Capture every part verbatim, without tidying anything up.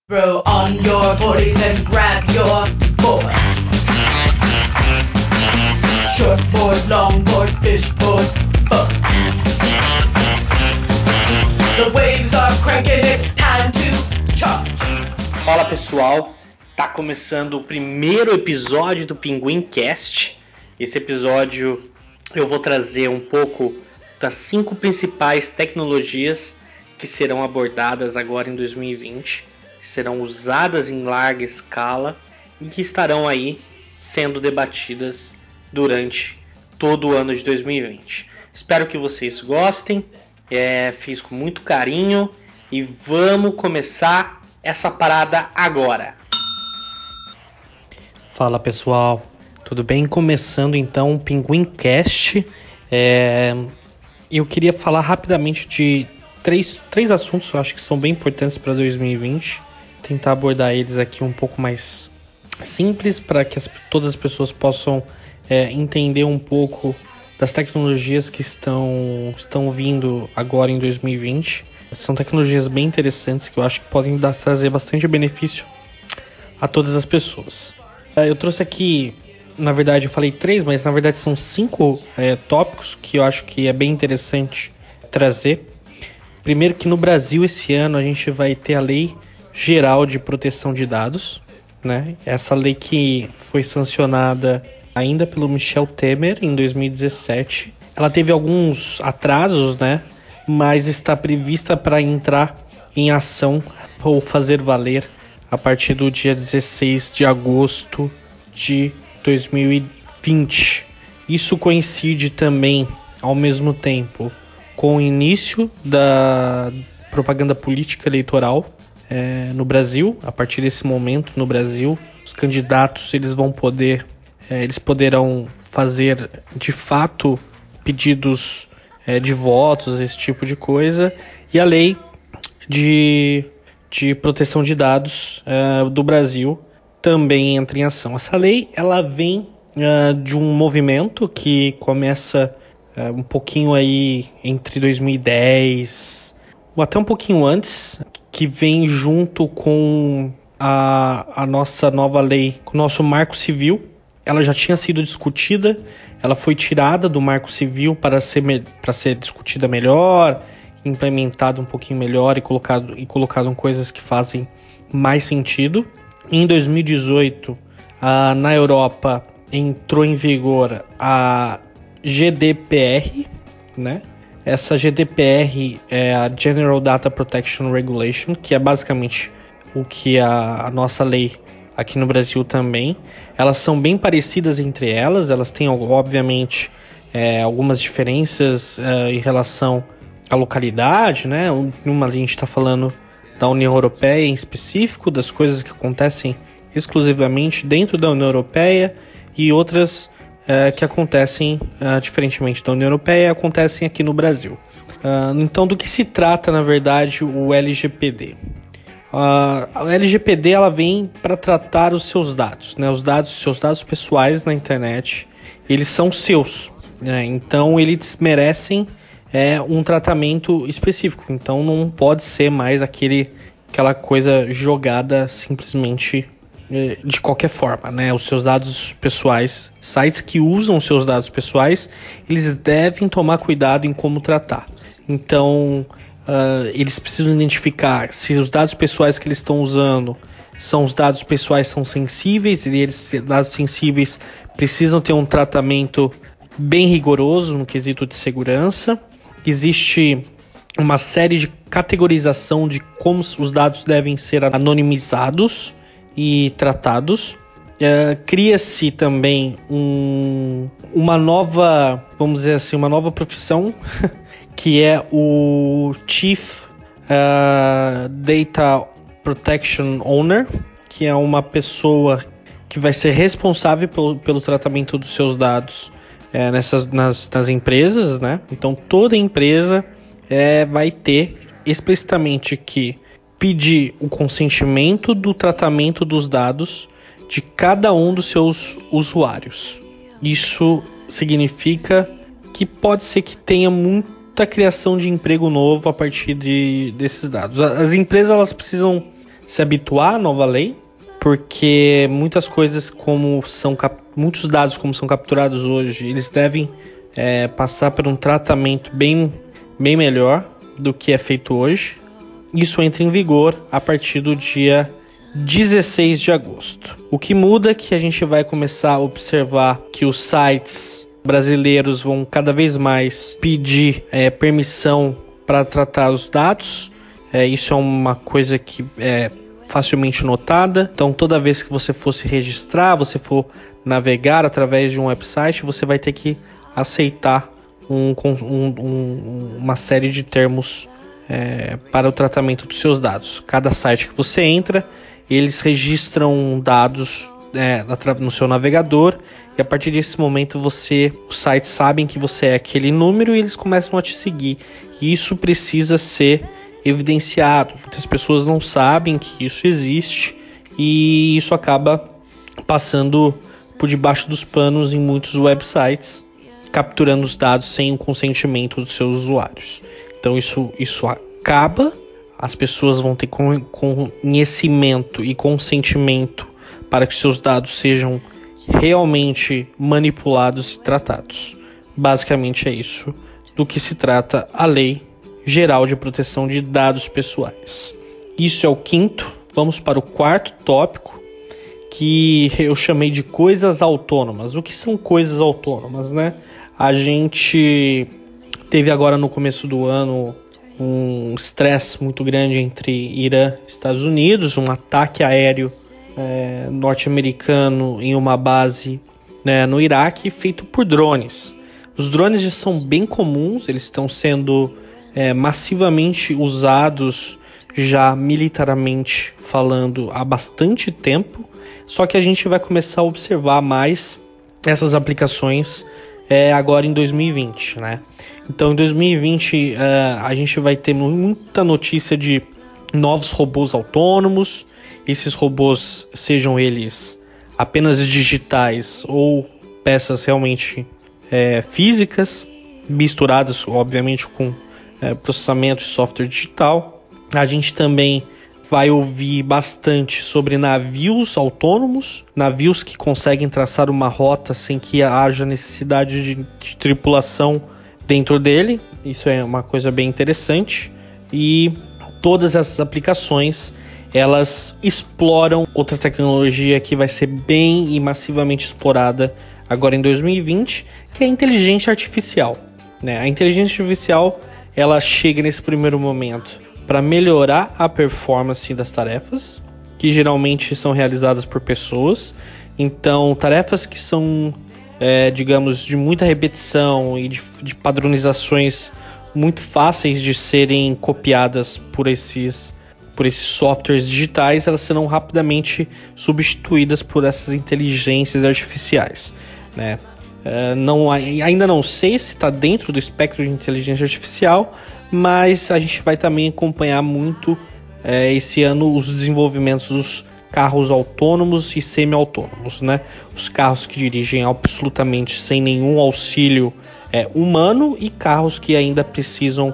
Throw on your boardies and grab your board. Shortboard, longboard, fishboard, fun. The waves are cranking, it's time to charge. Fala pessoal, tá começando o primeiro episódio do Pinguim Cast. Esse episódio eu vou trazer um pouco das cinco principais tecnologias que serão abordadas agora em dois mil e vinte. Serão usadas em larga escala e que estarão aí sendo debatidas durante todo o ano de dois mil e vinte. Espero que vocês gostem, é, fiz com muito carinho e vamos começar essa parada agora. Fala pessoal, tudo bem? Começando então o Pinguim Cast. É, eu queria falar rapidamente de três, três assuntos que eu acho que são bem importantes para dois mil e vinte. Tentar abordar eles aqui um pouco mais simples para que as, todas as pessoas possam é, entender um pouco das tecnologias que estão, estão vindo agora em dois mil e vinte. São tecnologias bem interessantes que eu acho que podem dar, trazer bastante benefício a todas as pessoas. Eu trouxe aqui, na verdade eu falei três, mas na verdade são cinco é, tópicos que eu acho que é bem interessante trazer. Primeiro que no Brasil esse ano a gente vai ter a Lei Geral de Proteção de Dados, né? Essa lei que foi sancionada ainda pelo Michel Temer em dois mil e dezessete. Ela teve alguns atrasos, né? Mas está prevista para entrar em ação ou fazer valer a partir do dia dezesseis de agosto de dois mil e vinte. Isso coincide também, ao mesmo tempo, com o início da propaganda política eleitoral é, no Brasil. A partir desse momento, no Brasil, os candidatos eles vão poder, é, eles poderão fazer de fato pedidos é, de votos, esse tipo de coisa. E a lei de, de proteção de dados é, do Brasil também entra em ação. Essa lei ela vem é, de um movimento que começa é, um pouquinho aí entre dois mil e dez ou até um pouquinho antes, que vem junto com a, a nossa nova lei, com o nosso Marco Civil. Ela já tinha sido discutida, ela foi tirada do Marco Civil para ser, para ser discutida melhor, implementada um pouquinho melhor e colocado, e colocado em coisas que fazem mais sentido. Em dois mil e dezoito, ah, na Europa, entrou em vigor a G D P R, né? Essa G D P R é a General Data Protection Regulation, que é basicamente o que a, a nossa lei aqui no Brasil também. Elas são bem parecidas entre elas, elas têm obviamente é, algumas diferenças é, em relação à localidade, né? Uma a gente está falando da União Europeia em específico, das coisas que acontecem exclusivamente dentro da União Europeia, e outras é, que acontecem é, diferentemente da União Europeia, acontecem aqui no Brasil. Uh, então, do que se trata, na verdade, o L G P D? Uh, a L G P D ela vem para tratar os seus dados, né? Os dados, seus dados pessoais na internet, eles são seus, né? Então eles merecem é, um tratamento específico. Então não pode ser mais aquele, aquela coisa jogada simplesmente é, de qualquer forma, né? Os seus dados pessoais, sites que usam os seus dados pessoais, eles devem tomar cuidado em como tratar. Então Uh, eles precisam identificar se os dados pessoais que eles estão usando são os dados pessoais são sensíveis, e eles, dados sensíveis precisam ter um tratamento bem rigoroso no quesito de segurança. Existe uma série de categorização de como os dados devem ser anonimizados e tratados. Uh, cria-se também um, uma nova, vamos dizer assim, uma nova profissão que é o Chief uh, Data Protection Owner, que é uma pessoa que vai ser responsável pelo, pelo tratamento dos seus dados é, nessas, nas, nas empresas, né? Então toda empresa é, vai ter explicitamente que pedir o consentimento do tratamento dos dados de cada um dos seus usuários. Isso significa que pode ser que tenha muita criação de emprego novo a partir de, desses dados. As empresas elas precisam se habituar à nova lei, porque muitas coisas como são muitos dados como são capturados hoje, eles devem é, passar por um tratamento bem, bem melhor do que é feito hoje. Isso entra em vigor a partir do dia dezesseis de agosto. O que muda é que a gente vai começar a observar que os sites brasileiros vão cada vez mais pedir é, permissão para tratar os dados. É, isso é uma coisa que é facilmente notada. Então, toda vez que você for se registrar, você for navegar através de um website, você vai ter que aceitar um, um, um, uma série de termos é, para o tratamento dos seus dados. Cada site que você entra, eles registram dados é, no seu navegador, e a partir desse momento você, os sites sabem que você é aquele número e eles começam a te seguir. E isso precisa ser evidenciado. Muitas pessoas não sabem que isso existe e isso acaba passando por debaixo dos panos em muitos websites, capturando os dados sem o consentimento dos seus usuários. Então isso, isso acaba, as pessoas vão ter conhecimento e consentimento para que seus dados sejam realmente manipulados e tratados. Basicamente é isso do que se trata a Lei Geral de Proteção de Dados Pessoais. Isso é o quinto. Vamos para o quarto tópico, que eu chamei de coisas autônomas. O que são coisas autônomas, né? A gente teve agora no começo do ano um estresse muito grande entre Irã e Estados Unidos, um ataque aéreo é, norte-americano em uma base, né, no Iraque, feito por drones. Os drones já são bem comuns, eles estão sendo é, massivamente usados já militarmente falando há bastante tempo, só que a gente vai começar a observar mais essas aplicações é, agora em dois mil e vinte, né? Então em dois mil e vinte uh, a gente vai ter muita notícia de novos robôs autônomos. Esses robôs, sejam eles apenas digitais ou peças realmente é, físicas, misturadas obviamente com é, processamento e software digital. A gente também vai ouvir bastante sobre navios autônomos, navios que conseguem traçar uma rota sem que haja necessidade de, de tripulação dentro dele. Isso é uma coisa bem interessante. E todas essas aplicações, elas exploram outra tecnologia que vai ser bem e massivamente explorada agora em dois mil e vinte, que é a inteligência artificial, né? A inteligência artificial, ela chega nesse primeiro momento para melhorar a performance das tarefas, que geralmente são realizadas por pessoas. Então, tarefas que são, é, digamos, de muita repetição e de, de padronizações muito fáceis de serem copiadas por esses, por esses softwares digitais, elas serão rapidamente substituídas por essas inteligências artificiais, né? Uh, não, ainda não sei se está dentro do espectro de inteligência artificial, mas a gente vai também acompanhar muito uh, esse ano os desenvolvimentos dos carros autônomos e semi-autônomos, né? Os carros que dirigem absolutamente sem nenhum auxílio uh, humano, e carros que ainda precisam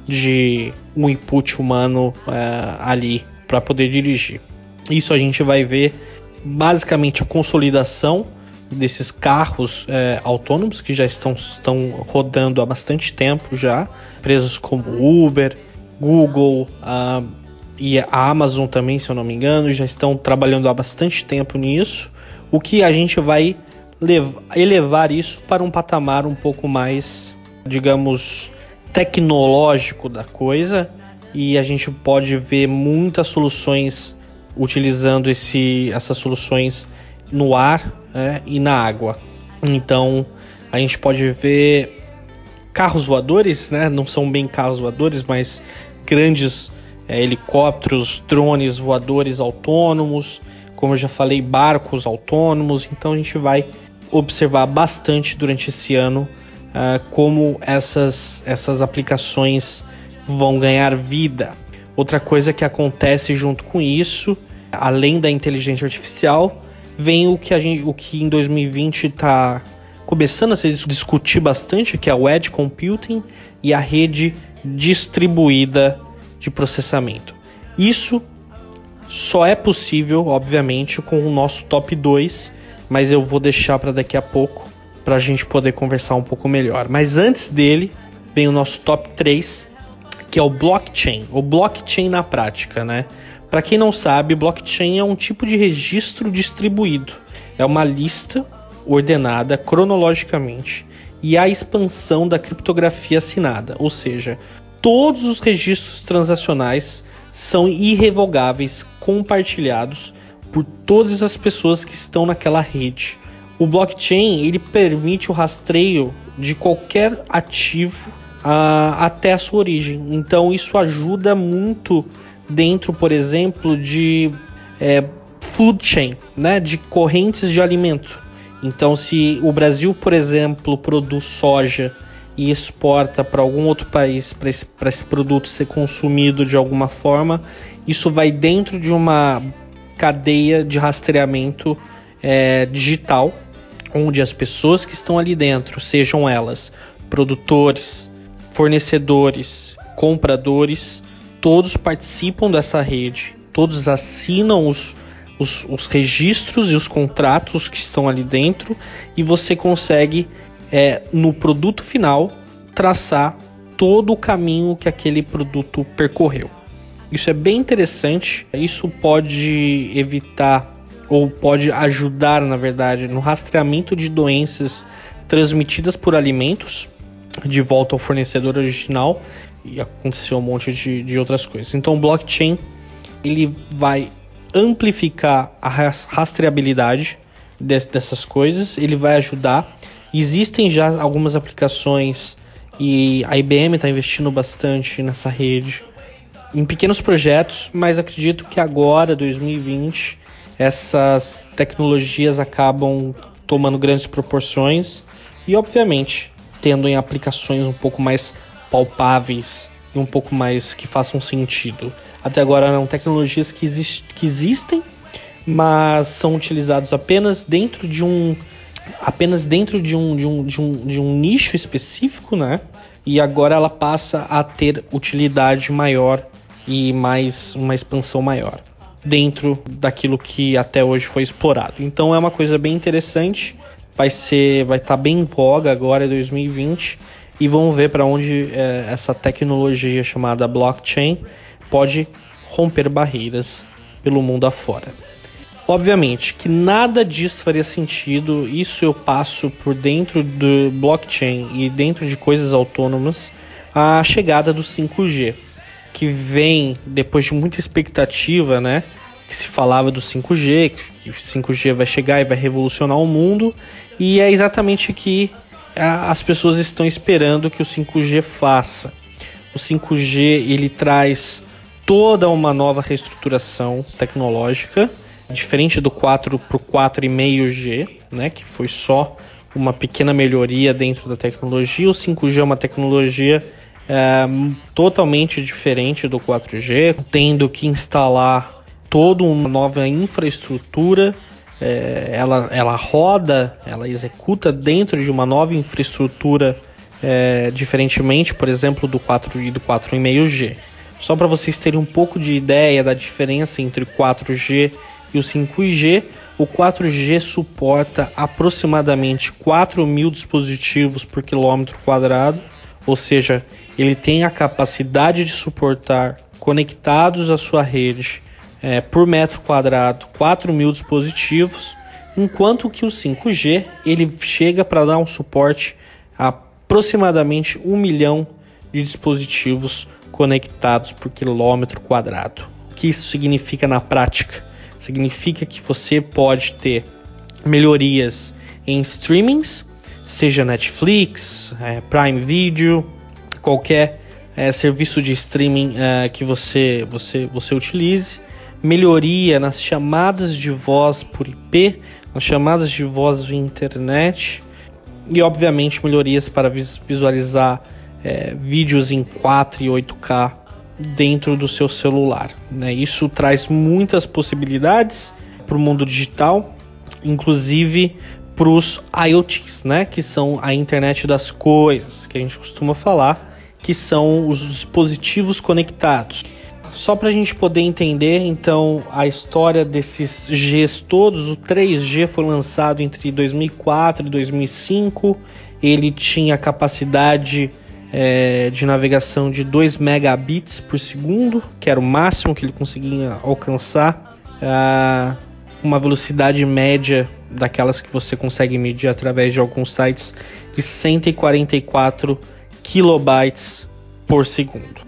de um input humano uh, ali para poder dirigir. Isso a gente vai ver basicamente a consolidação desses carros é, autônomos que já estão, estão rodando há bastante tempo já. Empresas como Uber, Google uh, e a Amazon também, se eu não me engano, já estão trabalhando há bastante tempo nisso. O que a gente vai levar, elevar isso para um patamar um pouco mais, digamos, tecnológico da coisa, e a gente pode ver muitas soluções utilizando esse, essas soluções no ar, né, e na água. Então a gente pode ver carros voadores, né? Não são bem carros voadores, mas grandes é, helicópteros, drones voadores autônomos, como eu já falei, barcos autônomos. Então a gente vai observar bastante durante esse ano uh, como essas, essas aplicações vão ganhar vida. Outra coisa que acontece junto com isso, além da inteligência artificial, vem o que, a gente, o que em dois mil e vinte está começando a se discutir bastante, que é o Edge Computing e a rede distribuída de processamento. Isso só é possível, obviamente, com o nosso top dois, mas eu vou deixar para daqui a pouco, para a gente poder conversar um pouco melhor. Mas antes dele, vem o nosso top três, que é o blockchain. O blockchain na prática, né? Para quem não sabe, blockchain é um tipo de registro distribuído. É uma lista ordenada cronologicamente e a expansão da criptografia assinada, ou seja, todos os registros transacionais são irrevogáveis, compartilhados por todas as pessoas que estão naquela rede. O blockchain ele permite o rastreio de qualquer ativo uh, até a sua origem. Então isso ajuda muito dentro, por exemplo, de é, food chain, né, de correntes de alimento. Então se o Brasil, por exemplo, produz soja e exporta para algum outro país para esse, para esse produto ser consumido de alguma forma, isso vai dentro de uma cadeia de rastreamento é, digital, onde as pessoas que estão ali dentro, sejam elas produtores, fornecedores, compradores, todos participam dessa rede, todos assinam os, os, os registros e os contratos que estão ali dentro, e você consegue É, no produto final, traçar todo o caminho que aquele produto percorreu. Isso é bem interessante. Isso pode evitar ou pode ajudar, na verdade, no rastreamento de doenças transmitidas por alimentos de volta ao fornecedor original, e aconteceu um monte de, de outras coisas. Então o blockchain ele vai amplificar a rastreabilidade dessas coisas, ele vai ajudar. Existem já algumas aplicações e a I B M está investindo bastante nessa rede, em pequenos projetos, mas acredito que agora, dois mil e vinte, essas tecnologias acabam tomando grandes proporções e, obviamente, tendo em aplicações um pouco mais palpáveis e um pouco mais que façam sentido. Até agora eram tecnologias que, exist- que existem, mas são utilizados apenas dentro de um apenas dentro de um, de um, de um, de um nicho específico, né? E agora ela passa a ter utilidade maior e mais uma expansão maior dentro daquilo que até hoje foi explorado. Então é uma coisa bem interessante, vai ser, vai estar bem em voga agora em dois mil e vinte, e vamos ver para onde é, essa tecnologia chamada blockchain pode romper barreiras pelo mundo afora. Obviamente que nada disso faria sentido, isso eu passo por dentro do blockchain e dentro de coisas autônomas, a chegada do cinco G, que vem depois de muita expectativa, né? Que se falava do cinco G, que o cinco G vai chegar e vai revolucionar o mundo, e é exatamente o que as pessoas estão esperando que o cinco G faça. O cinco G ele traz toda uma nova reestruturação tecnológica, diferente do quatro para o quatro vírgula cinco G, né, que foi só uma pequena melhoria dentro da tecnologia. O cinco G é uma tecnologia é, totalmente diferente do quatro G, tendo que instalar toda uma nova infraestrutura. É, ela, ela roda, ela executa dentro de uma nova infraestrutura, é, diferentemente, por exemplo, do quatro e do quatro vírgula cinco G. Só para vocês terem um pouco de ideia da diferença entre o quatro G e o cinco G, o quatro G suporta aproximadamente quatro mil dispositivos por quilômetro quadrado, ou seja, ele tem a capacidade de suportar, conectados à sua rede, é, por metro quadrado, quatro mil dispositivos, enquanto que o cinco G ele chega para dar um suporte a aproximadamente um milhão de dispositivos conectados por quilômetro quadrado. O que isso significa na prática? Significa que você pode ter melhorias em streamings, seja Netflix, é, Prime Video, qualquer é, serviço de streaming é, que você, você, você utilize, melhoria nas chamadas de voz por I P, nas chamadas de voz via internet, e obviamente melhorias para visualizar é, vídeos em quatro e oito K dentro do seu celular, né? Isso traz muitas possibilidades para o mundo digital, inclusive para os IoTs, né? Que são a internet das coisas, que a gente costuma falar, que são os dispositivos conectados. Só para a gente poder entender, então, a história desses Gs todos, o três G foi lançado entre dois mil e quatro e dois mil e cinco. Ele tinha capacidade é, de navegação de dois megabits por segundo, que era o máximo que ele conseguia alcançar. Ah, uma velocidade média daquelas que você consegue medir através de alguns sites de cento e quarenta e quatro kilobytes por segundo.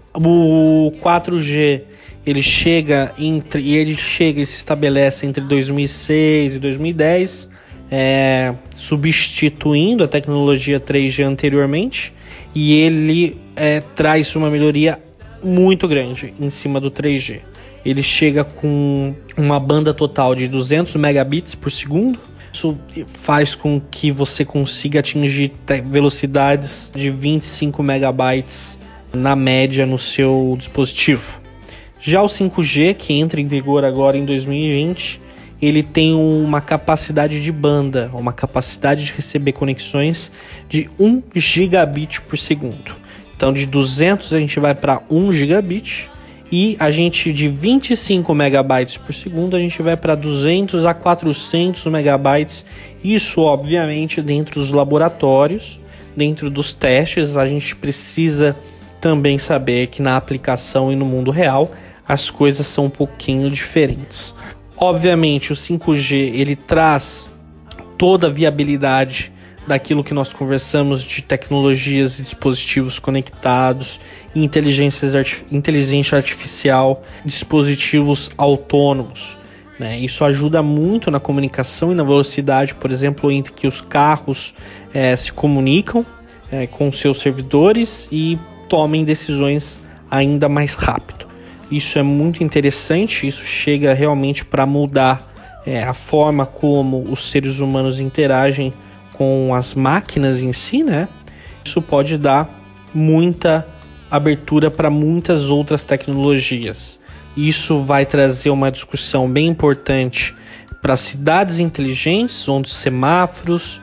O quatro G ele chega entre e ele chega e se estabelece entre dois mil e seis e dois mil e dez, é, substituindo a tecnologia três G anteriormente, e ele é, traz uma melhoria muito grande em cima do três G. Ele chega com uma banda total de duzentos megabits por segundo. Isso faz com que você consiga atingir velocidades de vinte e cinco megabytes na média no seu dispositivo. Já o cinco G, que entra em vigor agora em dois mil e vinte, ele tem uma capacidade de banda, uma capacidade de receber conexões de um gigabit por segundo. Então de duzentos a gente vai para um gigabit, e a gente de vinte e cinco megabytes por segundo a gente vai para duzentos a quatrocentos megabytes. Isso obviamente dentro dos laboratórios, dentro dos testes. A gente precisa também saber que na aplicação e no mundo real as coisas são um pouquinho diferentes. Obviamente o cinco G ele traz toda a viabilidade daquilo que nós conversamos de tecnologias e dispositivos conectados, inteligência, inteligência artificial, dispositivos autônomos, né? Isso ajuda muito na comunicação e na velocidade, por exemplo, entre que os carros é, se comunicam é, com seus servidores e tomem decisões ainda mais rápido. Isso é muito interessante, isso chega realmente para mudar é, a forma como os seres humanos interagem com as máquinas em si, né? Isso pode dar muita abertura para muitas outras tecnologias. Isso vai trazer uma discussão bem importante para cidades inteligentes, onde semáforos,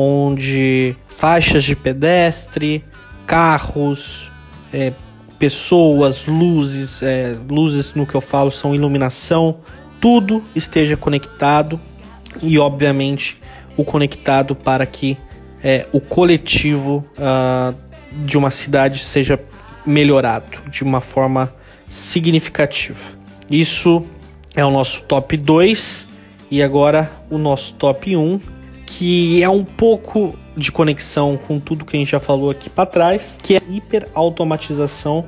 onde faixas de pedestre, carros, é, pessoas, luzes, é, luzes no que eu falo são iluminação, tudo esteja conectado e obviamente o conectado para que é, o coletivo uh, de uma cidade seja melhorado de uma forma significativa. Isso é o nosso top dois e agora o nosso top um, que é um pouco de conexão com tudo que a gente já falou aqui para trás, que é a hiperautomatização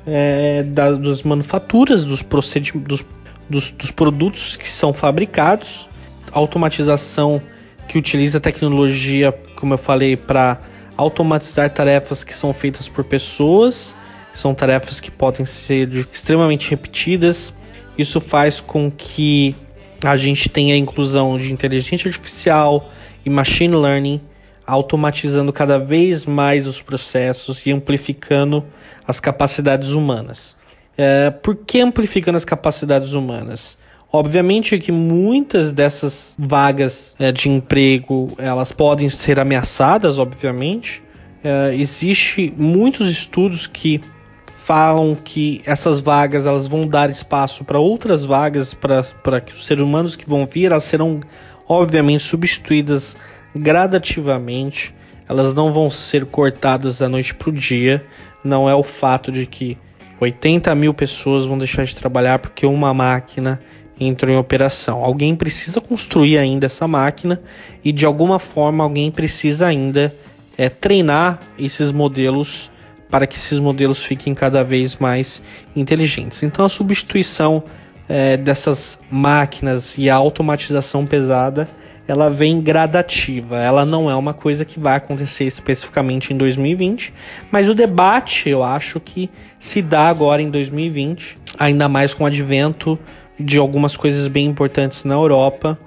é, da, das manufaturas, dos, procedi- dos, dos, dos produtos que são fabricados, automatização que utiliza tecnologia, como eu falei, para automatizar tarefas que são feitas por pessoas, são tarefas que podem ser extremamente repetidas. Isso faz com que a gente tenha a inclusão de inteligência artificial e machine learning, automatizando cada vez mais os processos e amplificando as capacidades humanas. É, por que amplificando as capacidades humanas? Obviamente que muitas dessas vagas é, de emprego elas podem ser ameaçadas, obviamente. É, existe muitos estudos que falam que essas vagas elas vão dar espaço para outras vagas, para que os seres humanos que vão vir, elas serão obviamente substituídas gradativamente. Elas não vão ser cortadas da noite para o dia. Não é o fato de que oitenta mil pessoas vão deixar de trabalhar porque uma máquina entrou em operação. Alguém precisa construir ainda essa máquina e de alguma forma alguém precisa ainda é, treinar esses modelos para que esses modelos fiquem cada vez mais inteligentes. Então a substituição é, dessas máquinas e a automatização pesada ela vem gradativa, ela não é uma coisa que vai acontecer especificamente em dois mil e vinte, mas o debate eu acho que se dá agora em dois mil e vinte, ainda mais com o advento de algumas coisas bem importantes na Europa,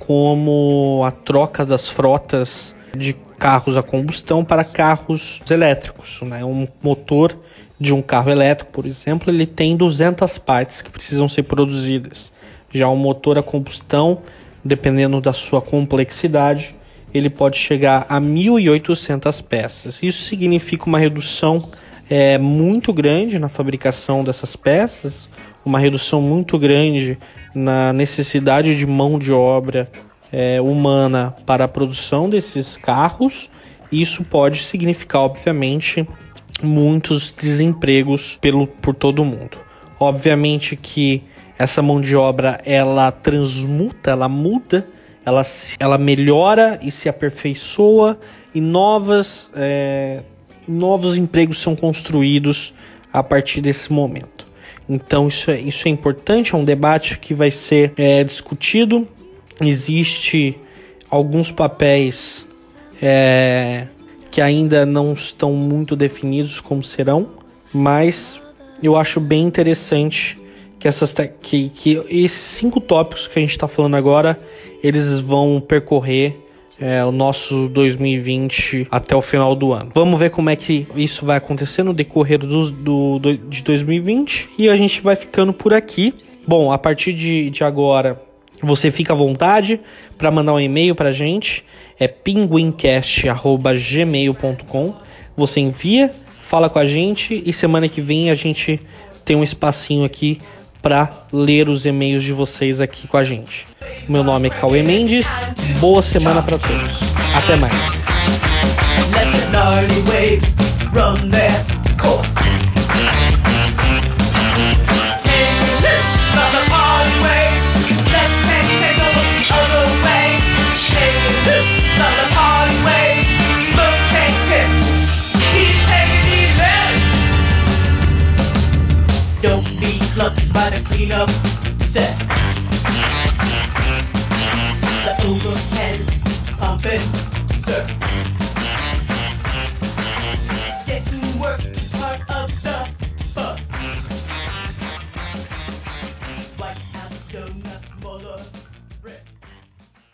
como a troca das frotas de carros a combustão para carros elétricos, né? Um motor de um carro elétrico, por exemplo, ele tem duzentas partes que precisam ser produzidas. Já um motor a combustão, dependendo da sua complexidade, ele pode chegar a mil e oitocentas peças. Isso significa uma redução é, muito grande na fabricação dessas peças, uma redução muito grande na necessidade de mão de obra é, humana para a produção desses carros. Isso pode significar, obviamente, muitos desempregos pelo, por todo o mundo. Obviamente que essa mão de obra ela transmuta, ela muda, ela, ela melhora e se aperfeiçoa e novas, é, novos empregos são construídos a partir desse momento. Então isso é, isso é importante, é um debate que vai ser é, discutido. Existe alguns papéis é, que ainda não estão muito definidos como serão, mas eu acho bem interessante que, essas te- que, que esses cinco tópicos que a gente está falando agora, eles vão percorrer é, o nosso dois mil e vinte até o final do ano. Vamos ver como é que isso vai acontecer no decorrer do, do, do, de dois mil e vinte e a gente vai ficando por aqui. Bom, a partir de, de agora, você fica à vontade para mandar um e-mail para a gente, é pinguincast arroba gmail ponto com. Você envia, fala com a gente e semana que vem a gente tem um espacinho aqui para ler os e-mails de vocês aqui com a gente. Meu nome é Cauê Mendes, boa semana para todos. Até mais. Let the gnarly waves run their course.